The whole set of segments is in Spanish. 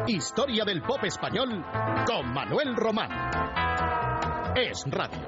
Historia del pop español con Manuel Román. Es Radio.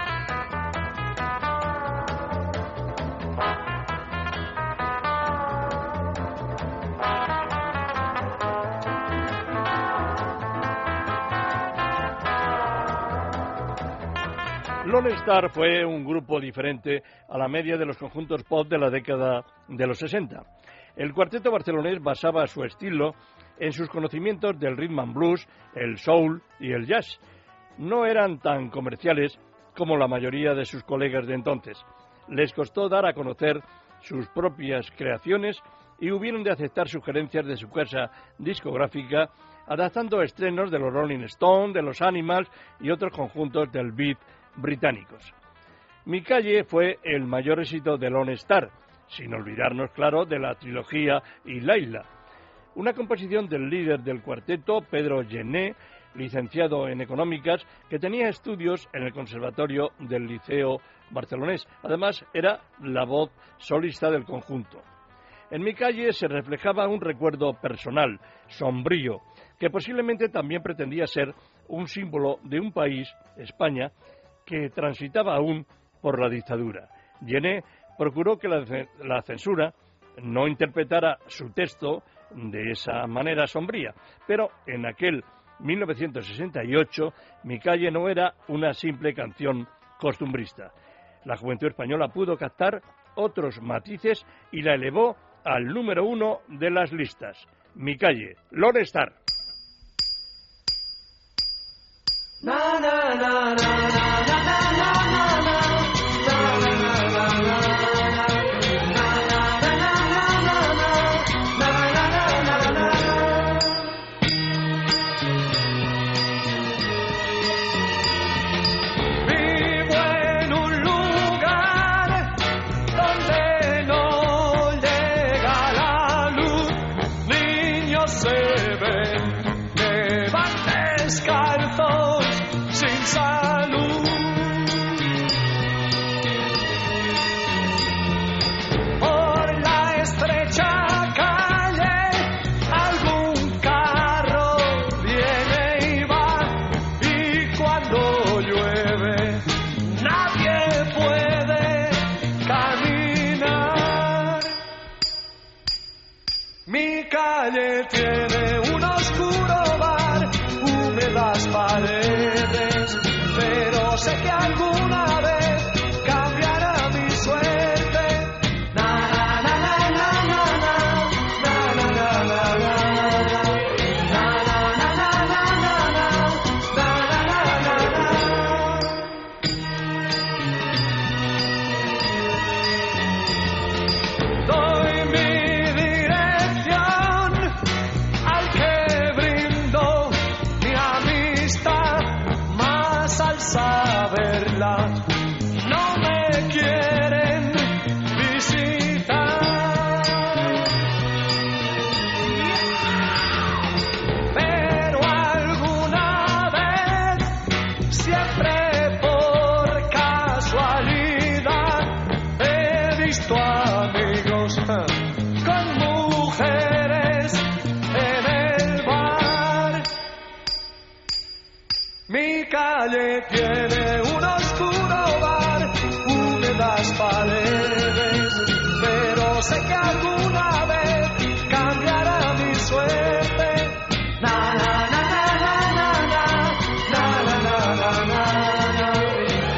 Lone Star fue un grupo diferente a la media de los conjuntos pop de la década de los 60. El cuarteto barcelonés basaba su estilo en sus conocimientos del rhythm and blues, el soul y el jazz. No eran tan comerciales como la mayoría de sus colegas de entonces. Les costó dar a conocer sus propias creaciones y hubieron de aceptar sugerencias de su casa discográfica, adaptando estrenos de los Rolling Stones, de los Animals y otros conjuntos del beat británicos. Mi calle fue el mayor éxito de Lone Star, sin olvidarnos, claro, de la trilogía y Laila, una composición del líder del cuarteto, Pedro Gené, licenciado en Económicas, que tenía estudios en el Conservatorio del Liceo Barcelonés. Además, era la voz solista del conjunto. En Mi calle se reflejaba un recuerdo personal, sombrío, que posiblemente también pretendía ser un símbolo de un país, España, que transitaba aún por la dictadura. Gené procuró que la censura no interpretara su texto de esa manera sombría, pero en aquel 1968 Mi calle no era una simple canción costumbrista. La juventud española pudo captar otros matices y la elevó al número 1 de las listas. Mi calle, Lone Star. Na, na, na, na, na, na, na, na. Tiene un oscuro bar, húmedas paredes, pero sé que alguna vez cambiará mi suerte. Na na na na na na na na na na na doy mi dirección al que brindo mi amistad, más al saberla no me quieren visitar. Pero alguna vez, siempre por casualidad, he visto amigos con mujeres en el bar. Mi calle tiene un oscuro bar, húmedas paredes, pero sé que alguna vez cambiará mi suerte. Na na na na na na na na na na na na.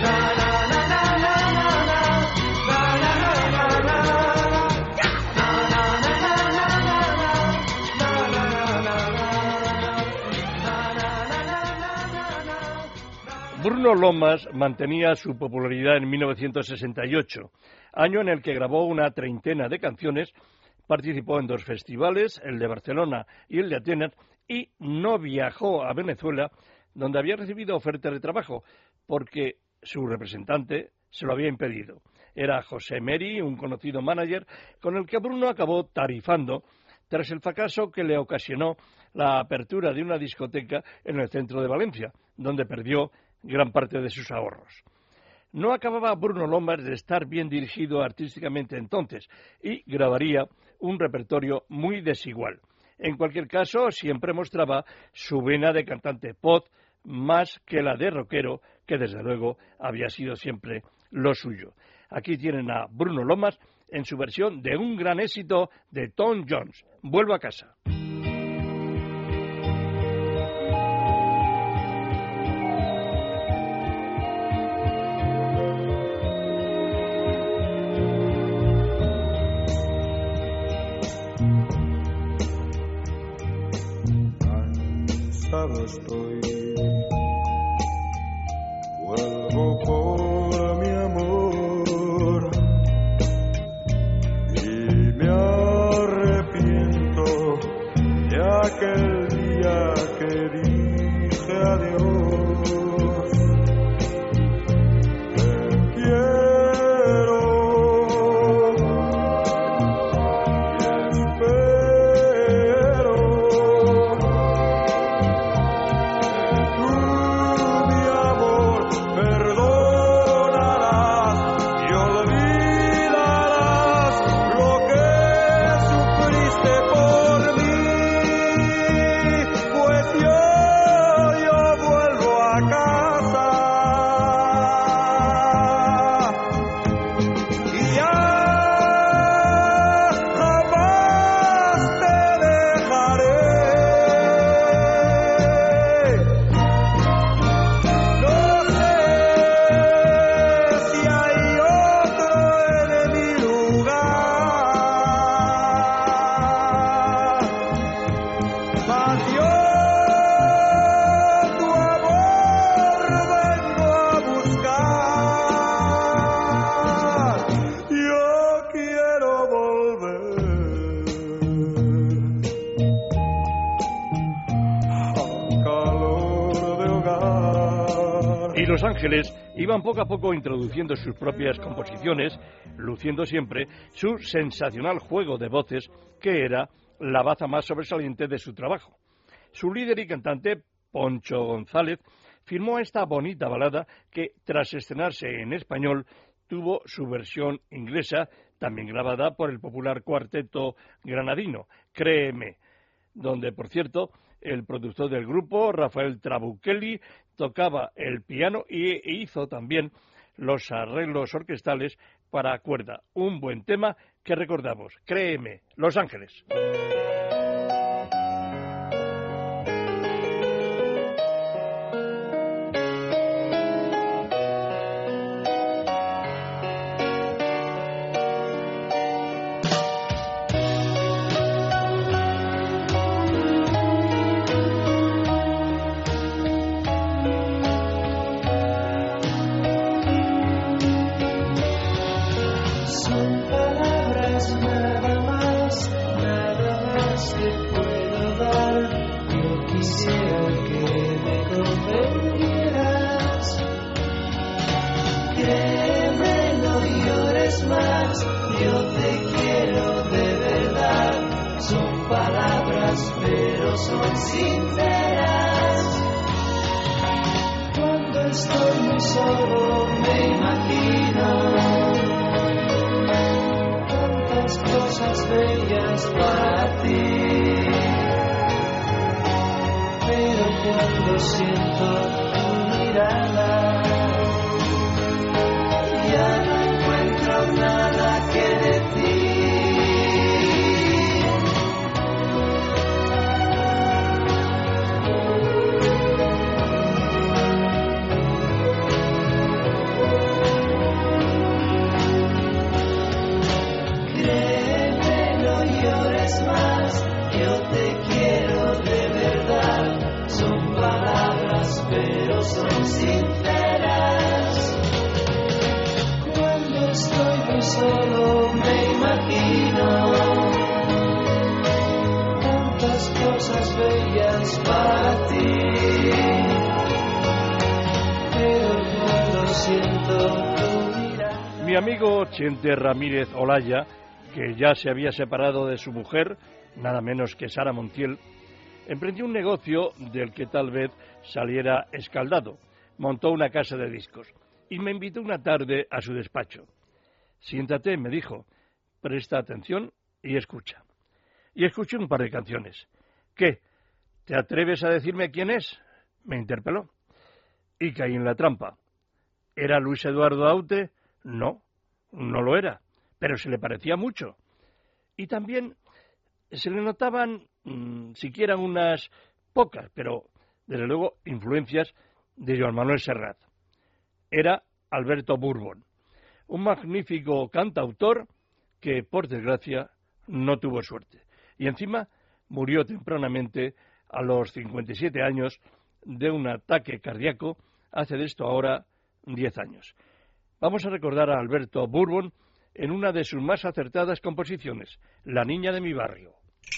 Bruno Lomas mantenía su popularidad en 1968, año en el que grabó una treintena de canciones, participó en 2 festivales, el de Barcelona y el de Atenas, y no viajó a Venezuela, donde había recibido ofertas de trabajo, porque su representante se lo había impedido. Era José Meri, un conocido manager, con el que Bruno acabó tarifando tras el fracaso que le ocasionó la apertura de una discoteca en el centro de Valencia, donde perdió gran parte de sus ahorros. No acababa Bruno Lomas de estar bien dirigido artísticamente entonces y grabaría un repertorio muy desigual. En cualquier caso, siempre mostraba su vena de cantante pop más que la de rockero, que desde luego había sido siempre lo suyo. Aquí tienen a Bruno Lomas en su versión de un gran éxito de Tom Jones, Vuelvo a casa. Cansado estoy, vuelvo por mi amor y me arrepiento de aquel día que dije adiós. Te quiero y espero Y Los Ángeles iban poco a poco introduciendo sus propias composiciones, luciendo siempre su sensacional juego de voces, que era la baza más sobresaliente de su trabajo. Su líder y cantante, Poncho González, firmó esta bonita balada que, tras estrenarse en español, tuvo su versión inglesa, también grabada por el popular cuarteto granadino, Créeme, donde, por cierto, el productor del grupo, Rafael Trabuchelli, tocaba el piano e hizo también los arreglos orquestales para cuerda. Un buen tema que recordamos, Créeme, Los Ángeles. Pero son sinceras. Cuando estoy muy solo me imagino tantas cosas bellas para ti. Pero cuando siento tu mirada ya no encuentro nada que decir. Pero son sinceras. Cuando estoy muy solo me imagino tantas cosas bellas para ti. Pero cuando siento tu mirada. Mi amigo Chente Ramírez Olaya, que ya se había separado de su mujer, nada menos que Sara Montiel, emprendió un negocio del que tal vez saliera escaldado. Montó una casa de discos y me invitó una tarde a su despacho. Siéntate, me dijo, presta atención y escucha. y escuché un par de canciones. ¿Qué? ¿Te atreves a decirme quién es? Me interpeló. Y caí en la trampa. ¿Era Luis Eduardo Aute? No, no lo era, pero se le parecía mucho. Y también se le notaban siquiera unas pocas, pero desde luego influencias de Joan Manuel Serrat. Era Alberto Bourbon, un magnífico cantautor que, por desgracia, no tuvo suerte. Y encima murió tempranamente a los 57 años de un ataque cardíaco, hace de esto ahora 10 años. Vamos a recordar a Alberto Bourbon en una de sus más acertadas composiciones, La niña de mi barrio.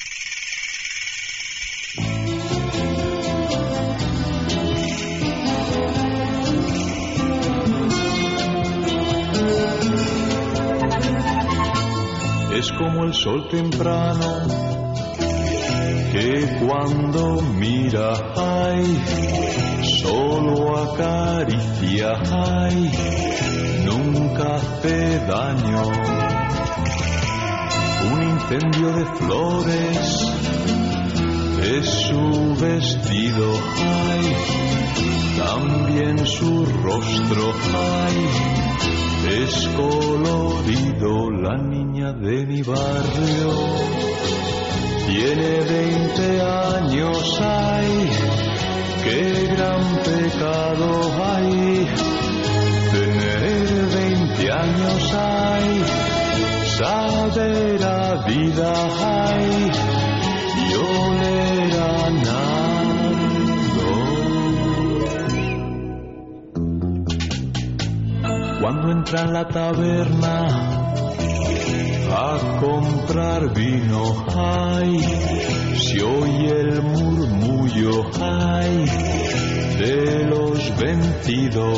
Es como el sol temprano que cuando mira, ay, solo acaricia, ay, nunca hace daño. Un incendio de flores es su vestido, ay, también su rostro, ay, es colorido. La niña de mi barrio tiene 20 años, ay, qué gran pecado hay. Tener 20 años, ay, saber a vida, ay, y oler a nardo. Cuando entra en la taberna a comprar vino, ay, se oye el murmullo, ay, de los vencidos.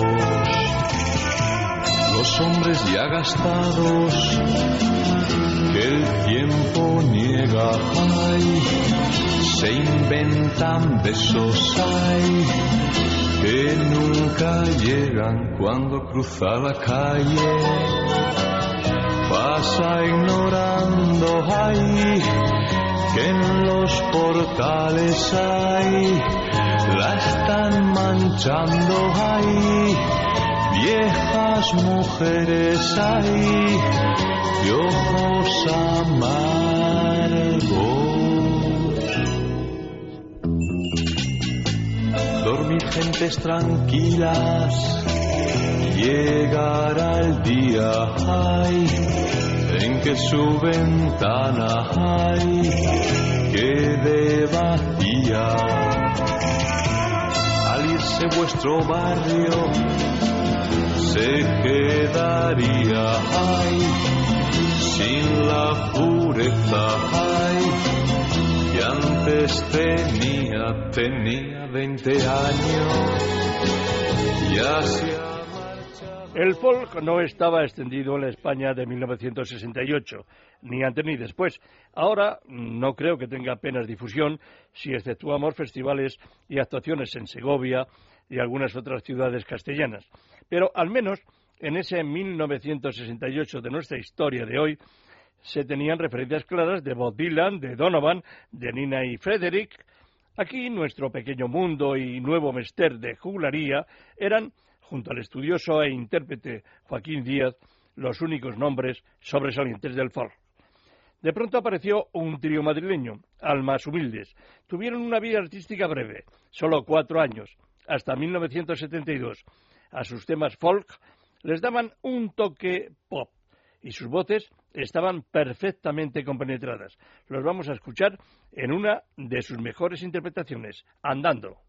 Los hombres ya gastados, que el tiempo niega, ay, se inventan besos, ay, que nunca llegan. Cuando cruza la calle pasa ignorando, ay, que en los portales, ay, la están manchando, ay, viejas mujeres, ay, de ojos amargos. Dormir gentes tranquilas, llegará el día, ay, en que su ventana, ay, quede vacía. Al irse vuestro barrio se quedaría, ay, sin la pureza, ay, que antes tenía 20 años, ya se... El folk no estaba extendido en la España de 1968, ni antes ni después. Ahora no creo que tenga apenas difusión si exceptuamos festivales y actuaciones en Segovia y algunas otras ciudades castellanas. Pero al menos en ese 1968 de nuestra historia de hoy se tenían referencias claras de Bob Dylan, de Donovan, de Nina y Frederick. Aquí nuestro pequeño mundo y nuevo mester de juglaría eran, junto al estudioso e intérprete Joaquín Díaz, los únicos nombres sobresalientes del folk. De pronto apareció un trío madrileño, Almas Humildes. Tuvieron una vida artística breve, solo 4 años, hasta 1972. A sus temas folk les daban un toque pop y sus voces estaban perfectamente compenetradas. Los vamos a escuchar en una de sus mejores interpretaciones, Andando.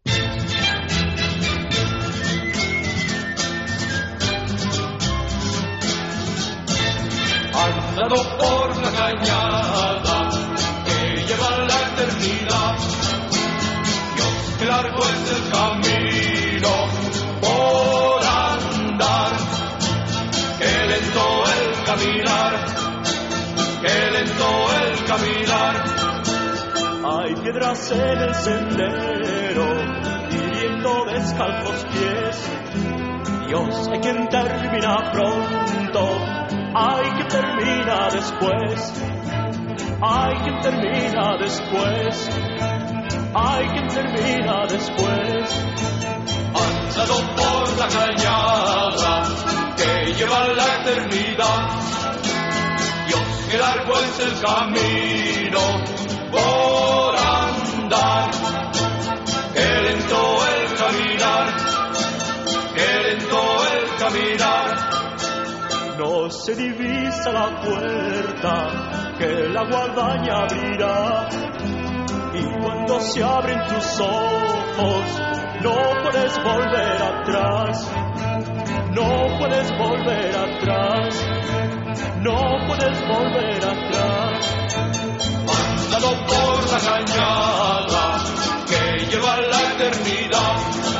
Andando por la cañada que lleva a la eternidad, Dios, qué largo es el camino por andar, qué lento el caminar, qué lento el caminar. Hay piedras en el sendero, hiriendo descalzos pies. Dios, hay quien termina pronto, hay que termina después. hay quien termina después, hay quien termina después. Andando por la cañada que lleva a la eternidad, Dios, que largo es el camino por andar, que lento el caminar, que lento el caminar. No se divisa la puerta que la guadaña abrirá, y cuando se abren tus ojos no puedes volver atrás, no puedes volver atrás, no puedes volver atrás. Andando por la cañada que lleva a la eternidad,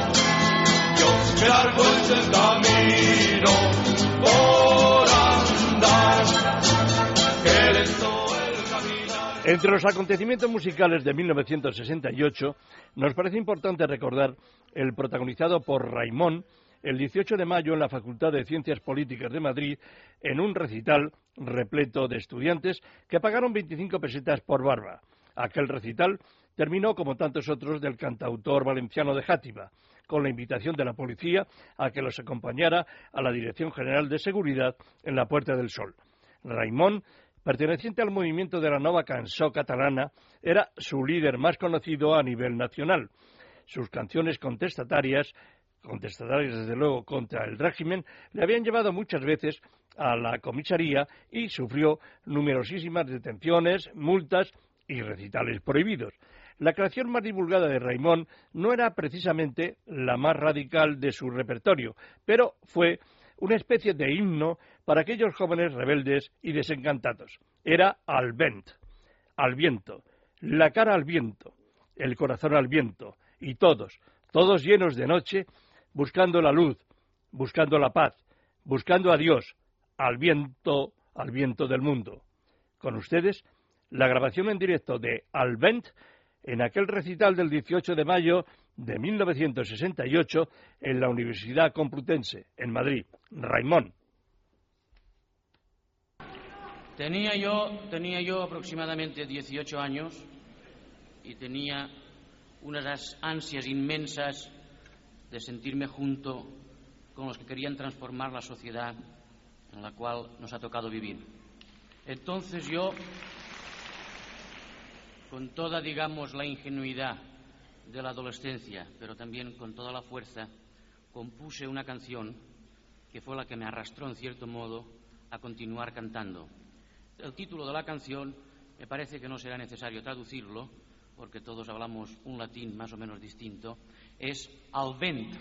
Dios, que largo es el camino por andar, que lento el caminar. Entre los acontecimientos musicales de 1968, nos parece importante recordar el protagonizado por Raimon el 18 de mayo en la Facultad de Ciencias Políticas de Madrid, en un recital repleto de estudiantes que pagaron 25 pesetas por barba. Aquel recital terminó, como tantos otros, del cantautor valenciano de Játiva, con la invitación de la policía a que los acompañara a la Dirección General de Seguridad en la Puerta del Sol. Raimon, perteneciente al movimiento de la Nova Cançó catalana, era su líder más conocido a nivel nacional. Sus canciones contestatarias desde luego contra el régimen, le habían llevado muchas veces a la comisaría y sufrió numerosísimas detenciones, multas y recitales prohibidos. La creación más divulgada de Raimon no era precisamente la más radical de su repertorio, pero fue una especie de himno para aquellos jóvenes rebeldes y desencantados. Era al vent, al viento, la cara al viento, el corazón al viento, y todos llenos de noche, buscando la luz, buscando la paz, buscando a Dios, al viento del mundo. Con ustedes, la grabación en directo de Al Vent en aquel recital del 18 de mayo de 1968 en la Universidad Complutense, en Madrid. Raimon. Tenía yo aproximadamente 18 años y tenía unas ansias inmensas de sentirme junto con los que querían transformar la sociedad en la cual nos ha tocado vivir. Entonces yo, con toda, digamos, la ingenuidad de la adolescencia, pero también con toda la fuerza, compuse una canción que fue la que me arrastró, en cierto modo, a continuar cantando. El título de la canción me parece que no será necesario traducirlo, porque todos hablamos un latín más o menos distinto, es Al vent.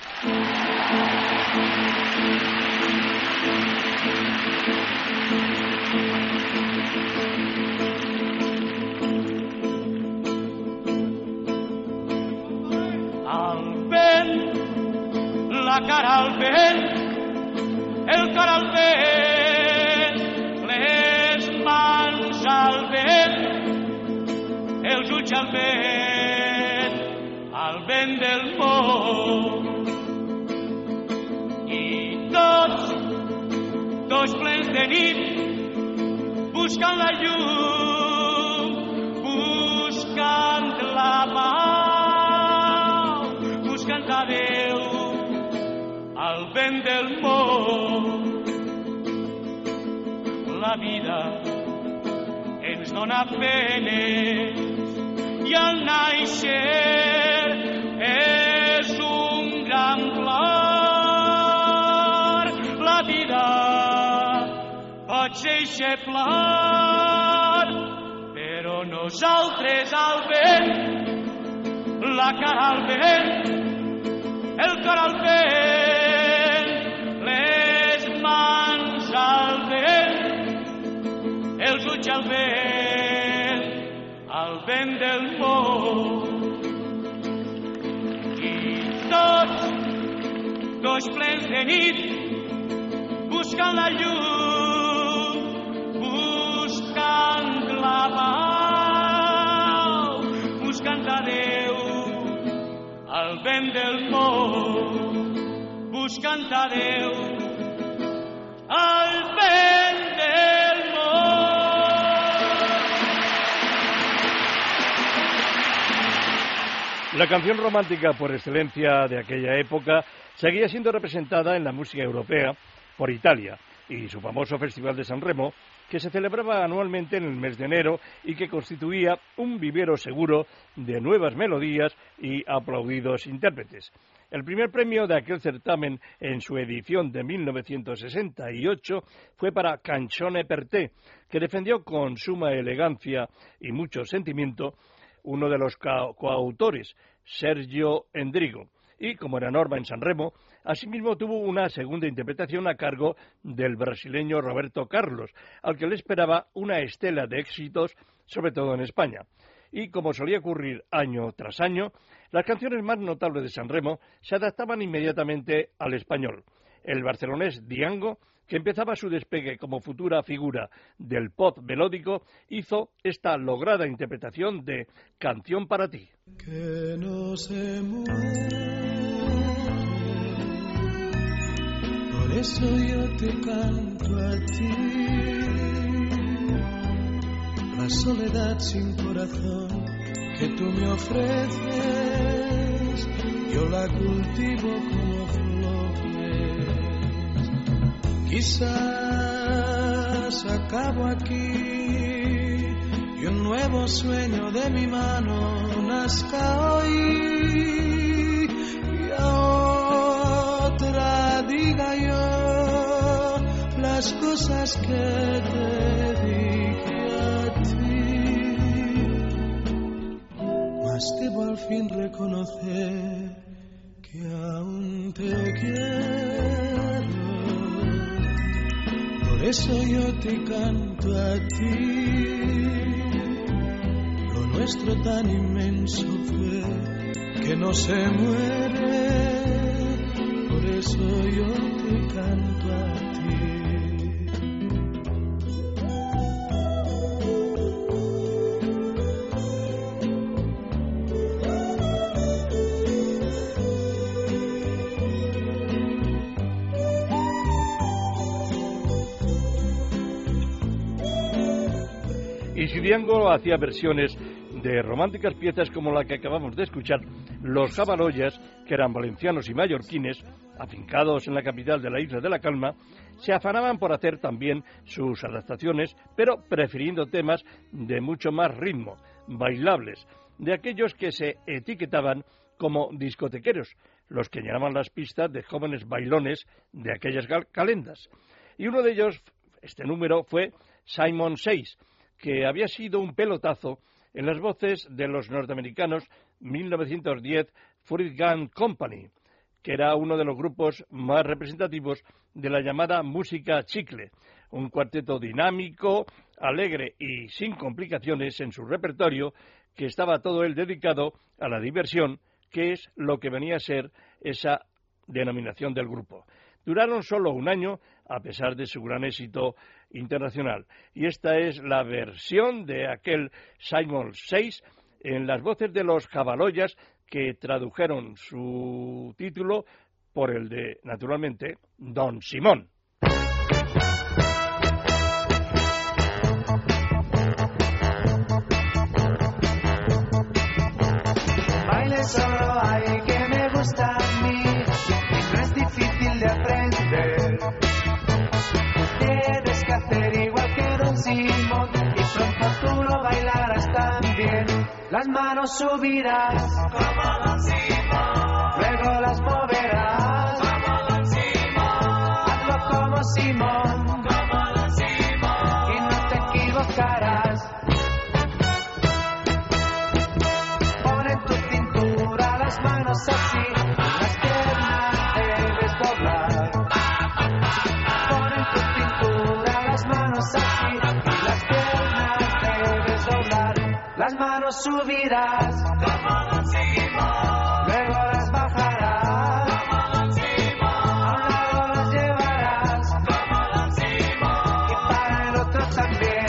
Al vent, la cara al vent, el cor al vent, les mans al vent, els ulls al vent del món. I tots plens de nit, buscant la llum, buscant la pau, buscant a Déu, al vent del món. La vida ens dona penes i al naixer és un gran plor. La vida pot ser eixe plor, però nosaltres al vent, la cara al vent, el cor al vent, les mans al vent, els ulls al vent del món. I tots plens de nit, buscant la llum, buscant la pau, buscant a Déu, al vent del món, buscant a Déu, al vent del món. La canción romántica por excelencia de aquella época seguía siendo representada en la música europea por Italia y su famoso Festival de San Remo, que se celebraba anualmente en el mes de enero y que constituía un vivero seguro de nuevas melodías y aplaudidos intérpretes. El primer premio de aquel certamen en su edición de 1968 fue para Canzone per te, que defendió con suma elegancia y mucho sentimiento uno de los coautores, Sergio Endrigo, y como era norma en San Remo, asimismo tuvo una segunda interpretación a cargo del brasileño Roberto Carlos, al que le esperaba una estela de éxitos, sobre todo en España. Y como solía ocurrir año tras año, las canciones más notables de San Remo se adaptaban inmediatamente al español. El barcelonés Diango, que empezaba su despegue como futura figura del pop melódico, hizo esta lograda interpretación de Canción para ti. Que no se muere, por eso yo te canto a ti. La soledad sin corazón que tú me ofreces, yo la cultivo como flores. Quizás acabo aquí y un nuevo sueño de mi mano nazca hoy y a otra diga yo las cosas que te dije a ti. Mas debo al fin reconocer que aún te quiero. Por eso yo te canto a ti. Lo nuestro tan inmenso fue que no se muere. Por eso yo te canto a ti. Y si Diango hacía versiones de románticas piezas como la que acabamos de escuchar, los Jabaloyas, que eran valencianos y mallorquines, afincados en la capital de la isla de La Calma, se afanaban por hacer también sus adaptaciones, pero prefiriendo temas de mucho más ritmo, bailables, de aquellos que se etiquetaban como discotequeros, los que llenaban las pistas de jóvenes bailones de aquellas calendas. Y uno de ellos, este número, fue Simon Says, que había sido un pelotazo en las voces de los norteamericanos 1910 Fruit Gun Company, que era uno de los grupos más representativos de la llamada música chicle, un cuarteto dinámico, alegre y sin complicaciones en su repertorio, que estaba todo él dedicado a la diversión, que es lo que venía a ser esa denominación del grupo. Duraron solo un año, a pesar de su gran éxito internacional. Y esta es la versión de aquel Simon Says en las voces de los Jabaloyas, que tradujeron su título por el de, naturalmente, Don Simón. Baile solo hay que me gusta a mí, no es difícil de aprender. Tienes que hacer igual que Don Simón y pronto tú lo bailarás también. Las manos subirás como Don Simón, luego las moverás como Don Simón. Hazlo como Simón, como Don Simón, y no te equivocarás. Pon en tu cintura las manos así, las piernas debes doblar. Pon en tu cintura las manos así, las piernas debes doblar. Las manos subirás como Don Simón, luego las bajarás como Don Simón. A un lado las llevarás como Don Simón y para el otro también.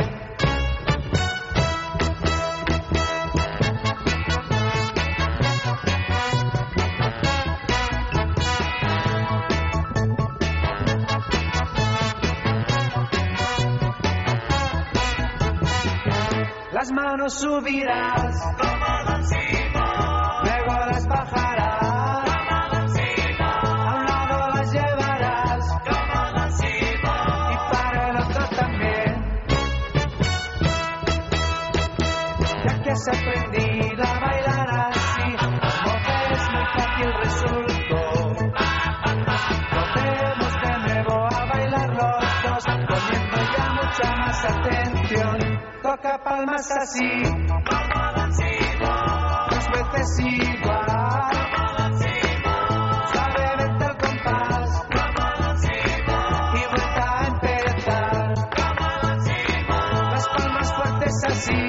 Las manos subirás como Don Simón, luego se aprendí a bailar así, como ves muy fácil resultó. Notemos que me voy a bailar los dos, poniendo ya mucha más atención. Toca palmas así, dos veces igual, suavemente el compás, y vuelta a empezar. Las palmas fuertes así,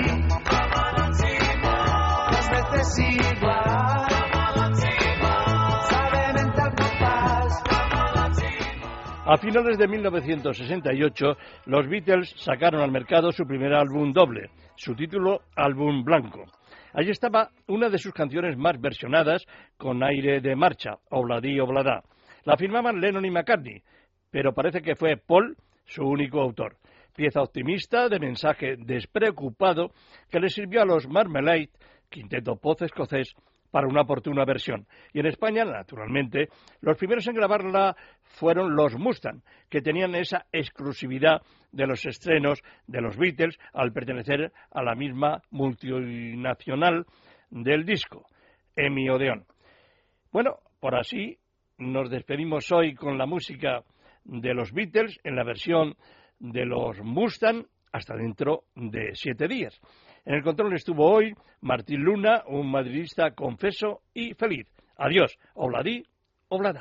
dos veces igual, suavemente el compás. A finales de 1968, los Beatles sacaron al mercado su primer álbum doble, su título Álbum Blanco. Allí estaba una de sus canciones más versionadas, con aire de marcha, Obladi Oblada. La firmaban Lennon y McCartney, pero parece que fue Paul su único autor. Pieza optimista, de mensaje despreocupado, que le sirvió a los Marmalade, quinteto pop escocés, para una oportuna versión. Y en España, naturalmente, los primeros en grabarla fueron los Mustang, que tenían esa exclusividad de los estrenos de los Beatles al pertenecer a la misma multinacional del disco, EMI Odeon. Bueno, por así nos despedimos hoy con la música de los Beatles en la versión de los Mustang hasta dentro de 7 días. En el control estuvo hoy Martín Luna, un madridista confeso y feliz. Adiós, Obladi, Oblada.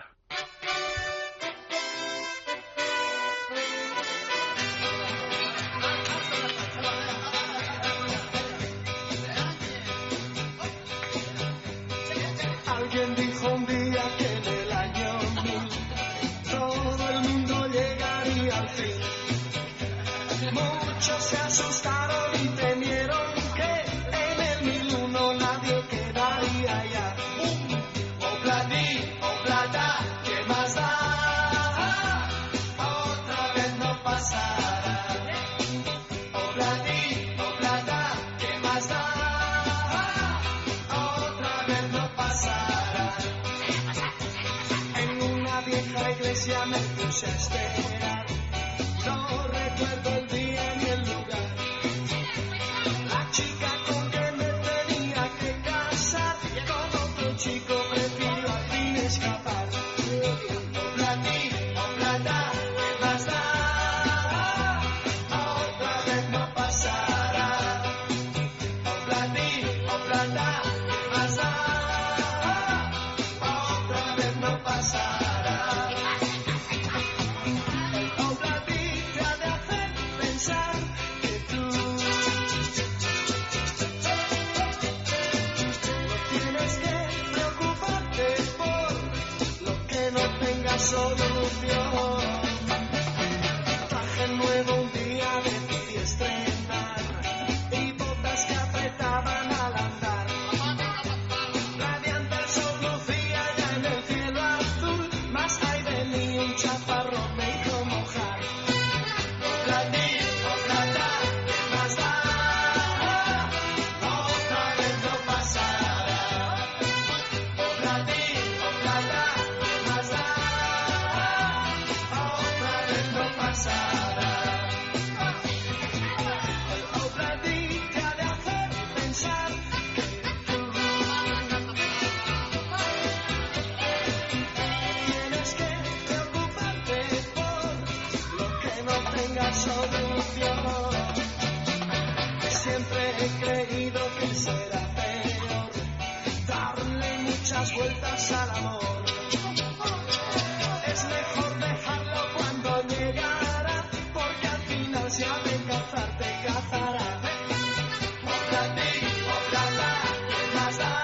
Alguien dijo un día que en el año 1000 todo el mundo llegaría al fin. Muchos se asustaron y temieron que en el 1001 nadie quedaría ya. Obladi, oblada, ¿qué más da? Otra vez no pasará. Obladi, oblada, ¿qué más da? Otra vez no pasará. En una vieja iglesia me puse a esperar. No recuerdo el día ni el lugar. La chica con que me tenía que casar, con otro chico prefirió al fin escapar. Obladi, oblada, ¿qué más da? Otra vez no pasará. Obladi, oblada, ¿qué más da? Otra vez no pasará. Obladi te ha de hacer pensar que tú no tienes que preocuparte por lo que no tenga solución. Traje nuevo un día decidí estrenar y botas que apretaban al andar. Radiante el sol lucía ya en el cielo azul, mas ahí venía un chaparrón me hizo mojar. Obladi, oblada, ¿qué más da? Otra vez no pasará. Obladi, oblada, ¿qué más da? Otra vez no pasará. Obladi te ha de hacer pensar que tú tienes que preocuparte por lo que no tenga solución. Siempre he creído que será peor darle muchas vueltas al amor. Es mejor dejarlo cuando llegará, porque al final si ha de cazar te cazará. Obladi, oblada, ¿qué más da?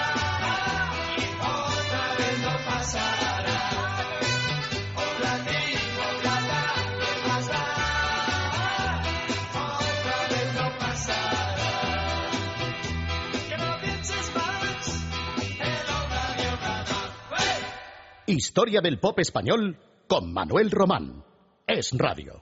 Otra vez no pasará. Obladi, oblada, ¿qué más da? Otra vez no pasará. Que no pienses más, el obladi, oblada. ¡Hey! Historia del pop español con Manuel Román. Es Radio.